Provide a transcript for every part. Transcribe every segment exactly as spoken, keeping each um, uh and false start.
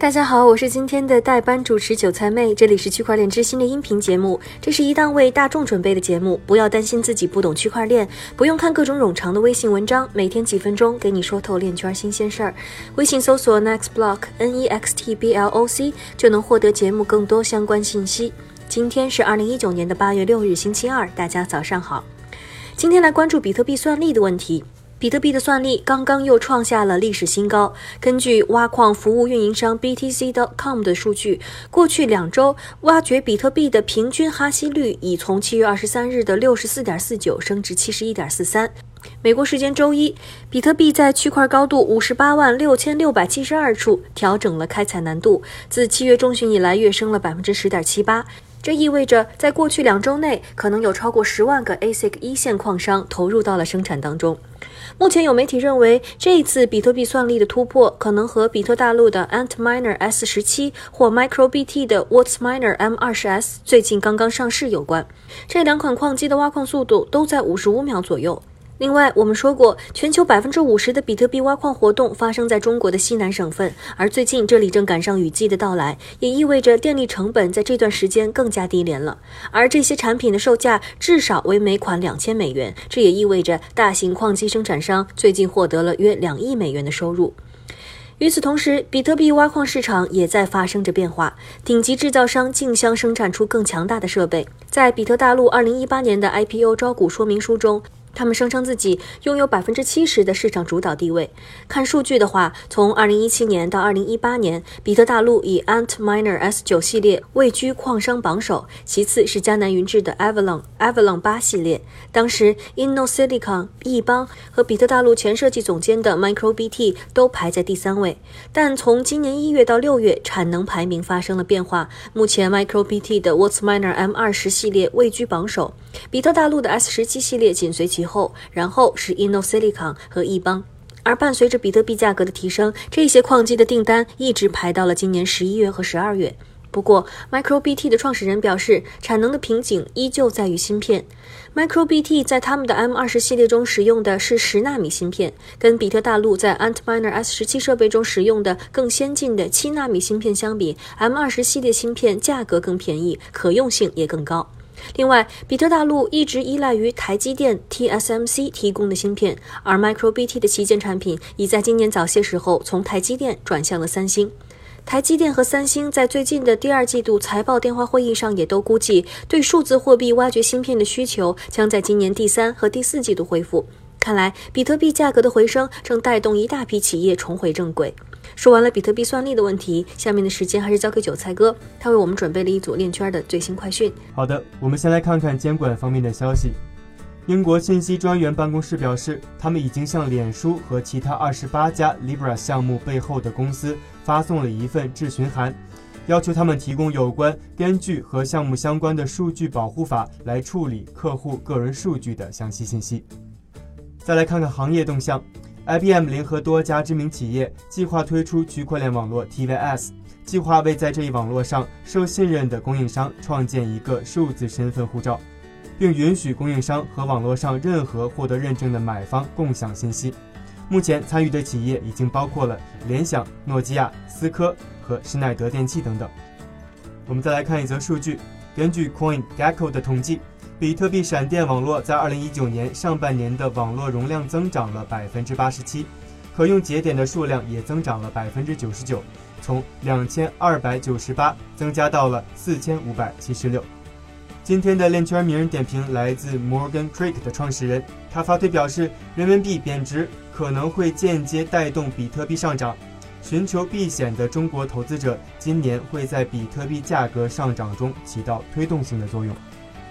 大家好，我是今天的代班主持韭菜妹，这里是区块链之心的音频节目，这是一档为大众准备的节目，不要担心自己不懂区块链，不用看各种冗长的微信文章，每天几分钟给你说透链圈新鲜事儿。微信搜索 Nextblock N E X T B L O C 就能获得节目更多相关信息。今天是二零一九年的八月六日星期二，大家早上好。今天来关注比特币算力的问题。比特币的算力刚刚又创下了历史新高。根据挖矿服务运营商 B T C 点 com 的数据，过去两周挖掘比特币的平均哈希率已从七月二十三日的 六十四点四九 升至 七十一点四三。美国时间周一，比特币在区块高度五十八万六千六百七十二处调整了开采难度，自七月中旬以来跃升了 百分之十点七八。这意味着在过去两周内，可能有超过十万个 A S I C 一线矿商投入到了生产当中。目前有媒体认为，这一次比特币算力的突破可能和比特大陆的 Antminer S 十七 或 MicroBT 的 WhatsMiner M 二十 S 最近刚刚上市有关。这两款矿机的挖矿速度都在五十五秒左右。另外，我们说过，全球 百分之五十 的比特币挖矿活动发生在中国的西南省份，而最近这里正赶上雨季的到来，也意味着电力成本在这段时间更加低廉了。而这些产品的售价至少为每款两千美元，这也意味着大型矿机生产商最近获得了约两亿美元的收入。与此同时，比特币挖矿市场也在发生着变化，顶级制造商竞相生产出更强大的设备。在比特大陆二零一八年的 I P O 招股说明书中，他们声称自己拥有 百分之七十 的市场主导地位。看数据的话，从二零一七年到二零一八年，比特大陆以 Antminer S 九 系列位居矿商榜首，其次是迦南云智的 Avalon Avalon 八系列。当时 InnoSilicon、易邦和比特大陆前设计总监的 MicroBT 都排在第三位。但从今年一月到六月，产能排名发生了变化，目前 MicroBT 的 WhatsMiner M 二十 系列位居榜首，比特大陆的 S 十七 系列紧随其后，然后是 InnoSilicon 和易邦。而伴随着比特币价格的提升，这些矿机的订单一直排到了今年十一月和十二月。不过 MicroBT 的创始人表示，产能的瓶颈依旧在于芯片。MicroBT 在他们的 M 二十 系列中使用的是十纳米芯片，跟比特大陆在 Antminer S 十七 设备中使用的更先进的七纳米芯片相比， M 二十 系列芯片价格更便宜，可用性也更高。另外，比特大陆一直依赖于台积电 T S M C 提供的芯片，而 MicroBT 的旗舰产品已在今年早些时候从台积电转向了三星。台积电和三星在最近的第二季度财报电话会议上也都估计，对数字货币挖掘芯片的需求将在今年第三和第四季度恢复。看来，比特币价格的回升正带动一大批企业重回正轨。说完了比特币算力的问题，下面的时间还是交给韭菜哥，他为我们准备了一组链圈的最新快讯。 好的，我们先来看看监管方面的消息。英国信息专员办公室表示，他们已经向脸书和其他二十八家 Libra 项目背后的公司发送了一份质询函，要求他们提供有关根据和项目相关的数据保护法来处理客户个人数据的详细信息。再来看看行业动向。I B M 联合多家知名企业计划推出区块链网络 T V S， 计划为在这一网络上受信任的供应商创建一个数字身份护照，并允许供应商和网络上任何获得认证的买方共享信息。目前参与的企业已经包括了联想、诺基亚、思科和施耐德电器等等。我们再来看一则数据，根据 CoinGecko 的统计，比特币闪电网络在二零一九年上半年的网络容量增长了 百分之八十七， 可用节点的数量也增长了 百分之九十九， 从两千二百九十八增加到了四千五百七十六。今天的链圈名人点评来自 Morgan Creek 的创始人，他发推表示，人民币贬值可能会间接带动比特币上涨，寻求避险的中国投资者今年会在比特币价格上涨中起到推动性的作用。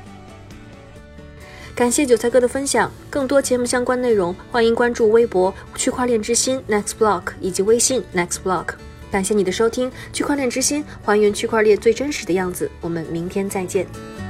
感谢韭菜哥的分享，更多节目相关内容欢迎关注微博区块链之心 Nextblock 以及微信 Nextblock。 感谢你的收听，区块链之心还原区块链最真实的样子，我们明天再见。